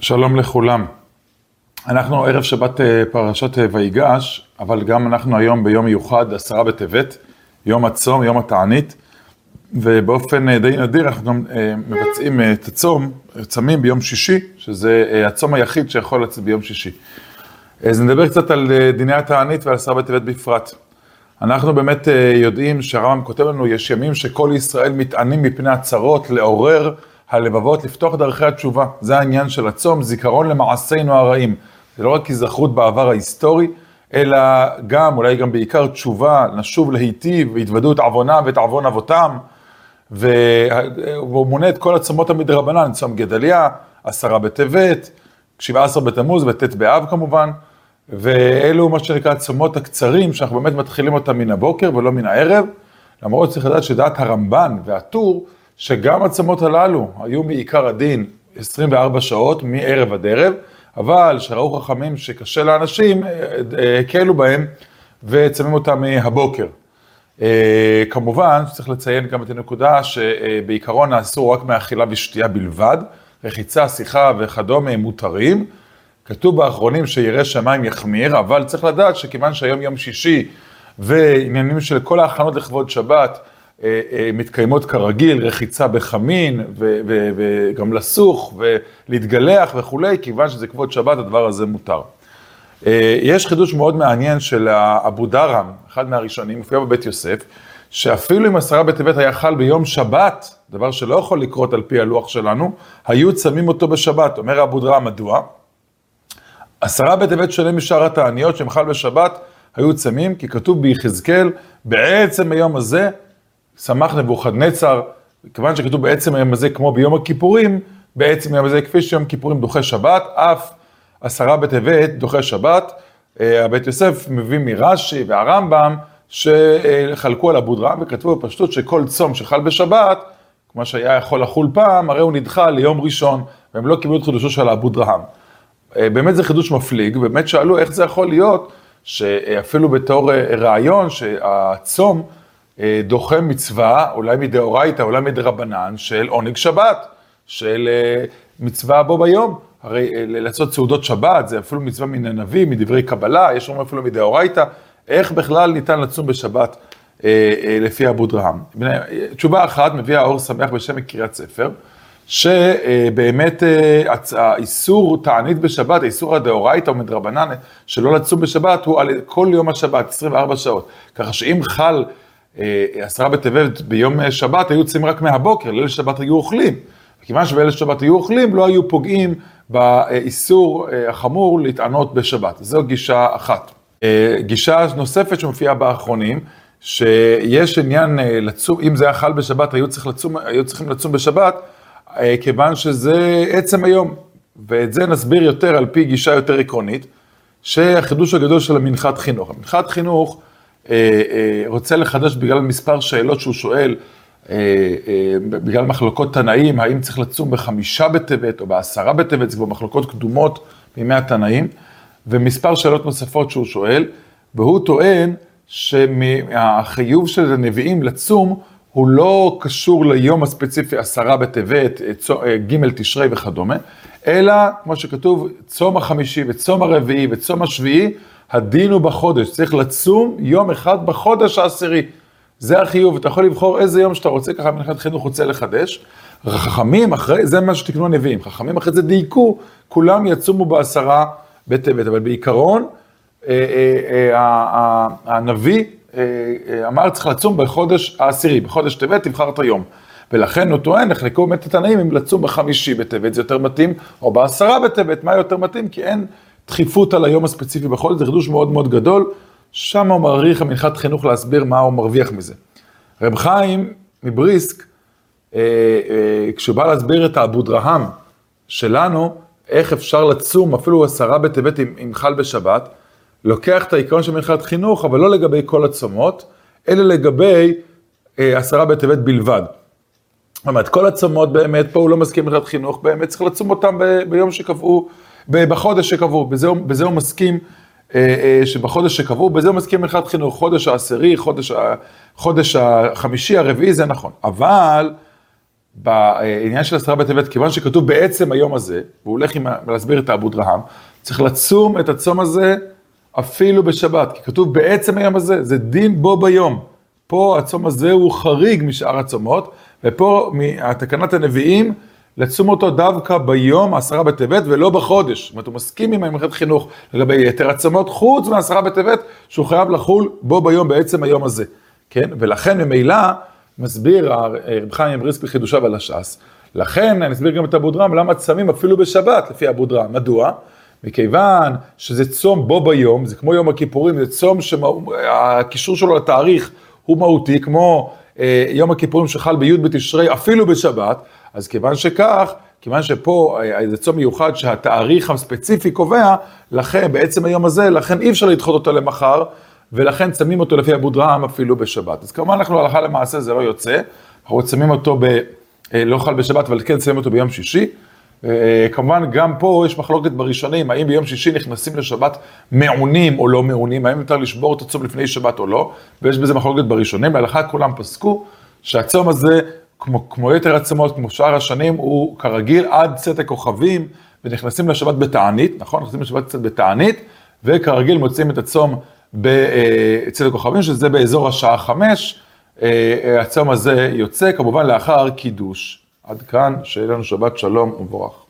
שלום לכולם. אנחנו ערב שבת פרשת ויגש, אבל גם אנחנו היום ביום מיוחד, 10 בטבת, יום הצום, יום התענית, ובאופן די נדיר אנחנו גם מבצעים את הצום, צמים ביום שישי, שזה הצום היחיד שיכול לצאת ביום שישי. אז נדבר קצת על דיני התענית ועל 10 בטבת בפרט. אנחנו באמת יודעים שהרמב"ם כותב לנו, יש ימים שכל ישראל מתענים מפני הצרות, לעורר הלבבות, לפתוח דרכי התשובה. זה העניין של הצום, זיכרון למעשינו הרעים. זה לא רק היזכרות בעבר ההיסטורי, אלא גם, אולי גם בעיקר תשובה, נשוב להיטיב, והתוודו את עוונם ואת עוון אבותם, והוא מונה את כל הצומות המדרבנן, צום גדליה, 10 בטבת, 17 בתמוז וט' באב כמובן, ואלו מה שנקרא צומות הקצרים, שאנחנו באמת מתחילים אותם מן הבוקר ולא מן הערב, למרות צריך לדעת שדעת הרמב"ן והטור, שגם הצומות הללו היו מעיקר הדין 24 שעות מערב עד ערב, אבל שראו חכמים שקשה לאנשים, הקלו בהם וצמים אותם מהבוקר. כמובן שצריך לציין גם את הנקודה שבעיקרון אסור רק מאכילה ושתייה בלבד, רחיצה, שיחה וכדומה הם מותרים. כתוב באחרונים שירא שמיים יחמיר, אבל צריך לדעת שכיוון שהיום יום שישי ועניינים של כל ההכנות לכבוד שבת מתקיימות כרגיל, רחיצה בחמין וגם לסוך ולהתגלח וכולי, כיוון שזה כבוד שבת הדבר הזה מותר. יש חידוש מאוד מעניין של אבו דרם, אחד מהראשונים, מופיע בבית יוסף, שאפילו אם 10 בטבת היה חל ביום שבת, דבר שלא יכול לקרות על פי הלוח שלנו, היו צמים אותו בשבת. אומר אבו דרם, מדוע? 10 בטבת שונה משאר התעניות שהם חל בשבת, היו צמים, כי כתוב ביחזקאל, בעצם היום הזה, שמח נבוכדנצר, כיוון שכתוב בעצם היום הזה כמו ביום הכיפורים, בעצם היום הזה כפי שיום כיפורים דוחה שבת, אף 10 בטבת דוחה שבת. הבית יוסף מביא מרש"י והרמב"ם שחלקו על אבו דרם וכתבו בפשטות שכל צום שחל בשבת, כמו שהיה יכול לחול פעם, הרי הוא נדחה ליום ראשון, והם לא קיבלו את חידושו של אבו דרם. באמת זה חידוש מפליג, באמת שאלו איך זה יכול להיות, שאפילו בתור רעיון שהצום דוחה מצווה, אולי מדאורייתא, אולי מדרבנן, של עונג שבת, של מצווה בו ביום. הרי לעשות סעודות שבת, זה אפילו מצווה מן הנביא, מדברי קבלה, יש לנו אפילו מדאורייתא, איך בכלל ניתן לצום בשבת לפי אבו דרם. תשובה אחת, מביא האור שמח בשם קריאת ספר, שבאמת האיסור תענית בשבת, האיסור הדאורייתא או מדרבנן, שלא לצום בשבת, הוא על כל יום השבת, 24 שעות. ככה שאם חל 10 בטבת ביום שבת, היו צמים רק מהבוקר, ליל שבת היו אוכלים. וכיוון שבליל שבת היו אוכלים, לא היו פוגעים באיסור החמור להתענות בשבת. זו גישה אחת. גישה נוספת שמופיעה באחרונים, שיש עניין לצום, אם זה היה חל בשבת, היו צריכים לצום בשבת, כיוון שזה עצם היום. ואת זה נסביר יותר על פי גישה יותר עקרונית, שהחידוש הגדול של המנחת חינוך. המנחת חינוך רוצה לחדש בגלל מספר שאלות שהוא שואל, בגלל מחלוקות תנאים, האם צריך לצום ב5 בטבת או ב10 בטבת, זה כבר מחלוקות קדומות מימי התנאים, ומספר שאלות נוספות שהוא שואל, והוא טוען שהחיוב של הנביאים לצום, הוא לא קשור ליום הספציפי 10 בטבת, ג' תשרי וכדומה, אלא כמו שכתוב, צום החמישי וצום הרביעי וצום השביעי, הדין הוא בחודש, צריך לצום יום אחד בחודש העשירי. זה החיוב, אתה יכול לבחור איזה יום שאתה רוצה, ככה מנחת חינוך רוצה לחדש. חכמים אחרי, זה מה שתקנו הנביאים, חכמים אחרי זה דייקו, כולם יצומו ב10 בטבת, אבל בעיקרון, הנביא אמר צריך לצום בחודש העשירי, בחודש טבת תבחר את היום. ולכן הוא טוען, נחלקו באמת את התנאים אם לצום ב5 בטבת, זה יותר מתאים, או ב10 בטבת, מה יותר מתאים? כי אין דחיפות על היום הספציפי בחודש, זה חידוש מאוד מאוד גדול, שם הוא מעריך המנחת חינוך להסביר מה הוא מרוויח מזה. רב חיים מבריסק, כשהוא בא להסביר את האבו דרהם שלנו, איך אפשר לצום אפילו 10 בטבת אם חל בשבת, לוקח את העיקרון של מנחת חינוך, אבל לא לגבי כל הצומות, אלא לגבי 10 בטבת בלבד. זאת אומרת, כל הצומות באמת, פה הוא לא מסכים מנחת חינוך, באמת צריך לצום אותם ביום שקבעו, בחודש שקבעו, בזה הוא מסכים, שבחודש שקבעו, בזה הוא מסכים מנחת חינוך, חודש העשירי, חודש החמישי, הרביעי, זה נכון. אבל בעניין של 10 בטבת, כיוון שכתוב בעצם היום הזה, והוא הולך להסביר את האבו דרהם, צריך לצום את הצום הזה אפילו בשבת, כי כתוב בעצם היום הזה, זה דין בו ביום. פה הצום הזה הוא חריג משאר הצומות, ופה מהתקנת הנביאים, לצום אותו דווקא ביום 10 בטבת ולא בחודש. זאת אומרת, הוא מסכים עם מערכת חינוך לגבי יתר הצומות, חוץ מ10 בטבת, שהוא חייב לחול בו ביום בעצם היום הזה. כן? ולכן ממילא מסביר רב חיים מבריסק בחידושיו על הש"ס. לכן אני אסביר גם את אבו דרהם, למה צמים אפילו בשבת לפי אבו דרהם. מדוע? מכיוון שזה צום בו ביום, זה כמו יום הכיפורים, זה צום שהקישור שלו לתאריך הוא מהותי, כמו יום הכיפורים שחל בי' בתשרי אפילו בשבת, אז כיוון שכך, כיוון שפה זה צום מיוחד שהתאריך הספציפי קובע, לכן בעצם היום הזה, לכן אי אפשר לדחות אותו למחר, ולכן צמים אותו לפי אבו דרהם אפילו בשבת. אז כמובן אנחנו הלכה למעשה זה לא יוצא, אנחנו צמים אותו לא חל בשבת, אבל כן צמים אותו ביום שישי. כמובן גם פה יש מחלוקת בראשונים, האם ביום שישי נכנסים לשבת מעונים או לא מעונים, האם יותר לשבור את הצום לפני שבת או לא, ויש בזה מחלוקת בראשונים, להלכה כולם פסקו שהצום הזה, כמו יתר הצומות, כמו שאר השנים, הוא כרגיל עד צאת הכוכבים, ונכנסים לשבת בתענית, נכון? נכנסים לשבת קצת בתענית, וכרגיל מוצאים את הצום בצאת הכוכבים, שזה באזור השעה 5, הצום הזה יוצא כמובן לאחר קידוש. עד כאן, שיהיה לנו שבת שלום ומבורך.